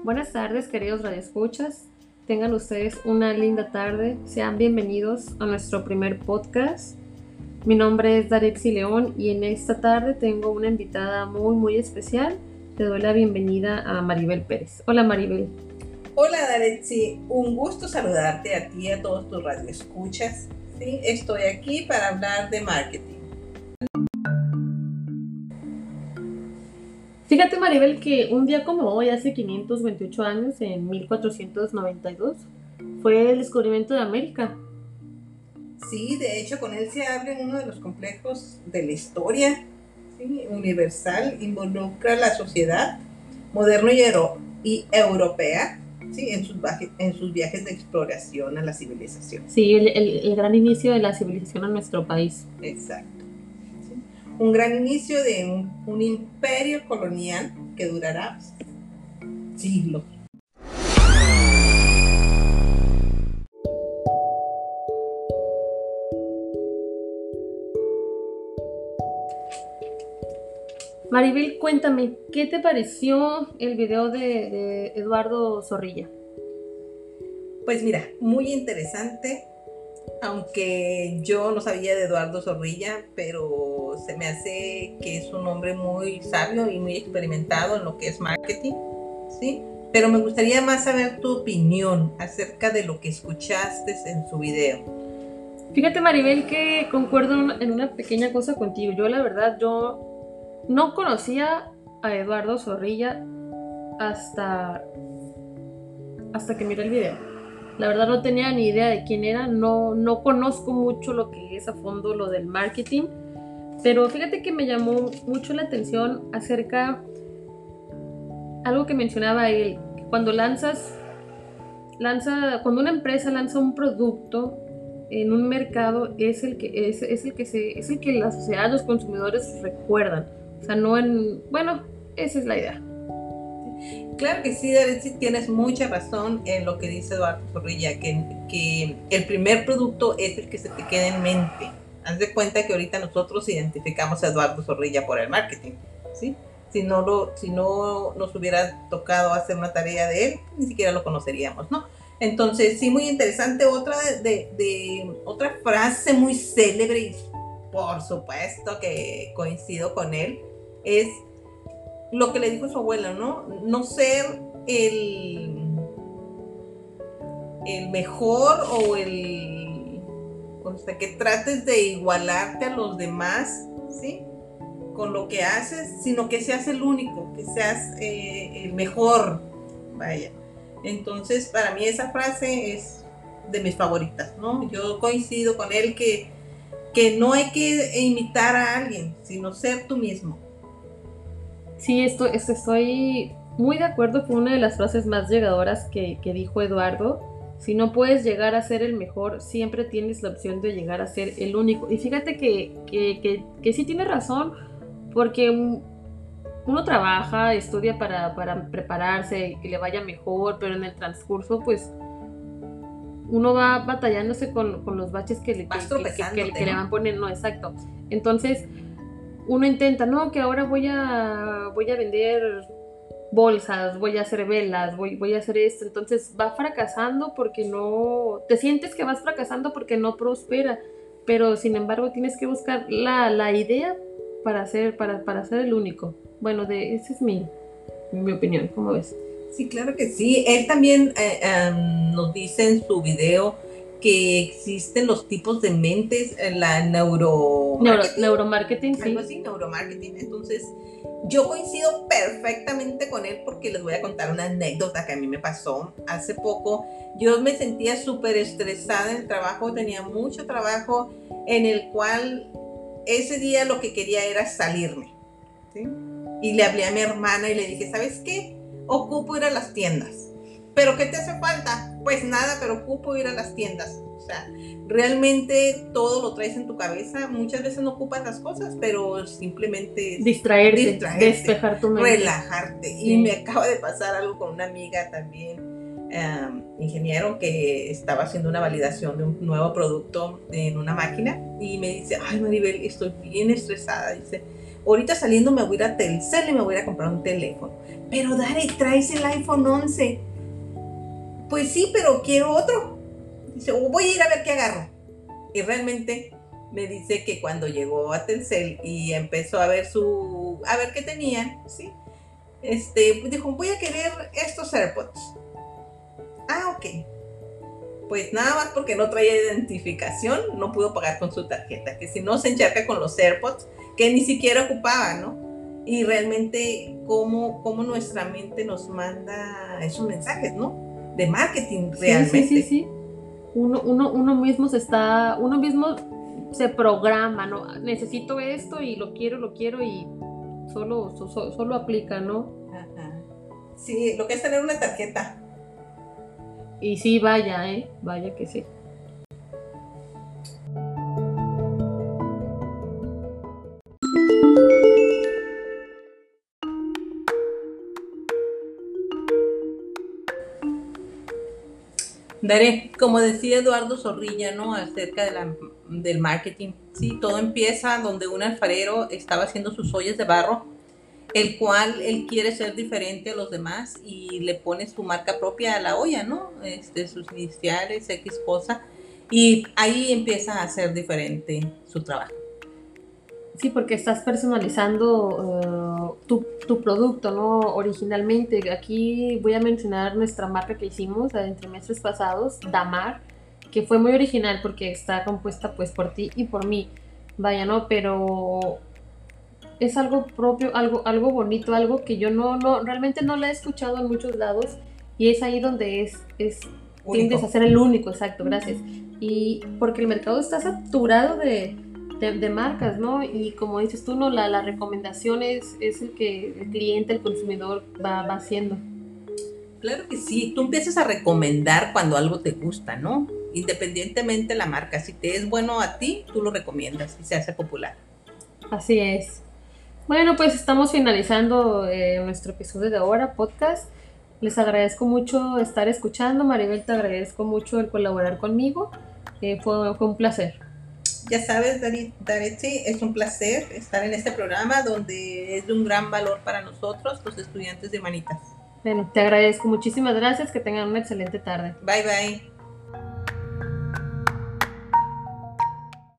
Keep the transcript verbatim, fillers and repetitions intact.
Buenas tardes, queridos radioescuchas. Tengan ustedes una linda tarde. Sean bienvenidos a nuestro primer podcast. Mi nombre es Daretsi León y en esta tarde tengo una invitada muy, muy especial. Te doy la bienvenida a Maribel Pérez. Hola, Maribel. Hola, Daretsi. Un gusto saludarte a ti y a todos tus radioescuchas. Sí, estoy aquí para hablar de marketing. Fíjate, Maribel, que un día como hoy, hace quinientos veintiocho años, en mil cuatrocientos noventa y dos, fue el descubrimiento de América. Sí, de hecho, con él se abre uno de los complejos de la historia, ¿sí? Universal, involucra a la sociedad moderna y, euro- y europea, ¿sí? en, sus baje- en sus viajes de exploración a la civilización. Sí, el, el, el gran inicio de la civilización en nuestro país. Exacto. Un gran inicio de un, un imperio colonial que durará siglos. Maribel, cuéntame, ¿qué te pareció el video de, de Eduardo Zorrilla? Pues mira, muy interesante, aunque yo no sabía de Eduardo Zorrilla, pero se me hace que es un hombre muy sabio y muy experimentado en lo que es marketing, ¿sí? Pero me gustaría más saber tu opinión acerca de lo que escuchaste en su video. Fíjate, Maribel, que concuerdo en una pequeña cosa contigo. Yo, la verdad, yo no conocía a Eduardo Zorrilla hasta, hasta que miré el video. La verdad no tenía ni idea de quién era, no, no conozco mucho lo que es a fondo lo del marketing, pero fíjate que me llamó mucho la atención acerca algo que mencionaba él, que cuando lanzas, lanza, cuando una empresa lanza un producto en un mercado es el que es, es el que se, es el que la sociedad, los consumidores recuerdan, o sea, no en, bueno, esa es la idea. Claro que sí, Daretsi, tienes mucha razón en lo que dice Eduardo Zorrilla, que, que el primer producto es el que se te queda en mente. Haz de cuenta que ahorita nosotros identificamos a Eduardo Zorrilla por el marketing, ¿sí? Si no, lo, si no nos hubiera tocado hacer una tarea de él, ni siquiera lo conoceríamos, ¿no? Entonces, sí, muy interesante. Otra, de, de, de, otra frase muy célebre, y por supuesto que coincido con él, es lo que le dijo su abuela, ¿no? No ser el, el mejor o el... O sea, que trates de igualarte a los demás, ¿sí? Con lo que haces, sino que seas el único, que seas eh, el mejor, vaya. Entonces, para mí esa frase es de mis favoritas, ¿no? Yo coincido con él que, que no hay que imitar a alguien, sino ser tú mismo. Sí, esto, esto, estoy muy de acuerdo con una de las frases más llegadoras que, que dijo Eduardo. Si no puedes llegar a ser el mejor, siempre tienes la opción de llegar a ser el único. Y fíjate que, que, que, que sí tiene razón, porque uno trabaja, estudia para, para prepararse, que le vaya mejor, pero en el transcurso, pues, uno va batallándose con, con los baches que le, que, que, que, que le van poniendo. No, exacto. Entonces, uno intenta, no, que ahora voy a voy a vender bolsas, voy a hacer velas, voy, voy a hacer esto. Entonces va fracasando porque no, te sientes que vas fracasando porque no prospera, pero sin embargo tienes que buscar la, la idea para ser, para, para ser el único. Bueno, de, esa es mi, mi opinión, ¿cómo ves? Sí, claro que sí. Él también eh, um, nos dice en su video que existen los tipos de mentes, la neuromarketing. Neuro, neuromarketing, sí. Algo así, neuromarketing. Entonces, yo coincido perfectamente con él porque les voy a contar una anécdota que a mí me pasó hace poco. Yo me sentía súper estresada en el trabajo, tenía mucho trabajo en el cual ese día lo que quería era salirme, ¿sí? Y le hablé a mi hermana y le dije, ¿sabes qué? Ocupo ir a las tiendas. ¿Pero qué te hace falta? Pues nada, pero ocupo ir a las tiendas. O sea, realmente todo lo traes en tu cabeza. Muchas veces no ocupas las cosas, pero simplemente distraerte, distraerte despejar tu mente, relajarte. Sí. Y me acaba de pasar algo con una amiga también, um, ingeniero, que estaba haciendo una validación de un nuevo producto en una máquina y me dice, ay, Maribel, estoy bien estresada. Dice, ahorita saliendo me voy a ir a Telcel y me voy a ir a comprar un teléfono. Pero Dari, traes el iPhone once. Pues sí, pero quiero otro. Dice, voy a ir a ver qué agarro. Y realmente me dice que cuando llegó a Telcel y empezó a ver su, a ver qué tenían, ¿sí? Este, pues dijo, voy a querer estos AirPods. Ah, ok. Pues nada más porque no traía identificación, no pudo pagar con su tarjeta, que si no se encharca con los AirPods, que ni siquiera ocupaba, ¿no? Y realmente cómo, cómo nuestra mente nos manda esos mensajes, ¿no? De marketing, realmente. Sí, sí, sí, sí. Uno, uno, uno mismo se está, uno mismo se programa, ¿no? Necesito esto y lo quiero, lo quiero y solo, so, solo aplica, ¿no? Ajá. Sí, lo que es tener una tarjeta. Y sí, vaya, ¿eh? Vaya que sí. Daré, como decía Eduardo Zorrilla, ¿no? Acerca de la, del marketing. Sí, todo empieza donde un alfarero estaba haciendo sus ollas de barro, el cual él quiere ser diferente a los demás y le pone su marca propia a la olla, ¿no? Este, sus iniciales, X cosa, y ahí empieza a ser diferente su trabajo. Sí, porque estás personalizando uh, tu, tu producto, ¿no? Originalmente, aquí voy a mencionar nuestra marca que hicimos entre meses pasados, Damar, que fue muy original porque está compuesta pues por ti y por mí, vaya, ¿no? Pero es algo propio, algo, algo bonito, algo que yo no, no, realmente no la he escuchado en muchos lados y es ahí donde es, es tiendes a ser el único, exacto, gracias. Y porque el mercado está saturado de, de, de marcas, ¿no? Y como dices tú, no, la, la recomendación es, es el que el cliente, el consumidor va, va haciendo. Claro que sí, tú empiezas a recomendar cuando algo te gusta, ¿no? Independientemente de la marca, si te es bueno a ti, tú lo recomiendas y se hace popular. Así es. Bueno, pues estamos finalizando eh, nuestro episodio de ahora, podcast. Les agradezco mucho estar escuchando. Maribel, te agradezco mucho el colaborar conmigo. Eh, fue, fue un placer. Ya sabes, Daretsi, es un placer estar en este programa donde es de un gran valor para nosotros, los estudiantes de Humanitas. Bueno, te agradezco. Muchísimas gracias. Que tengan una excelente tarde. Bye, bye.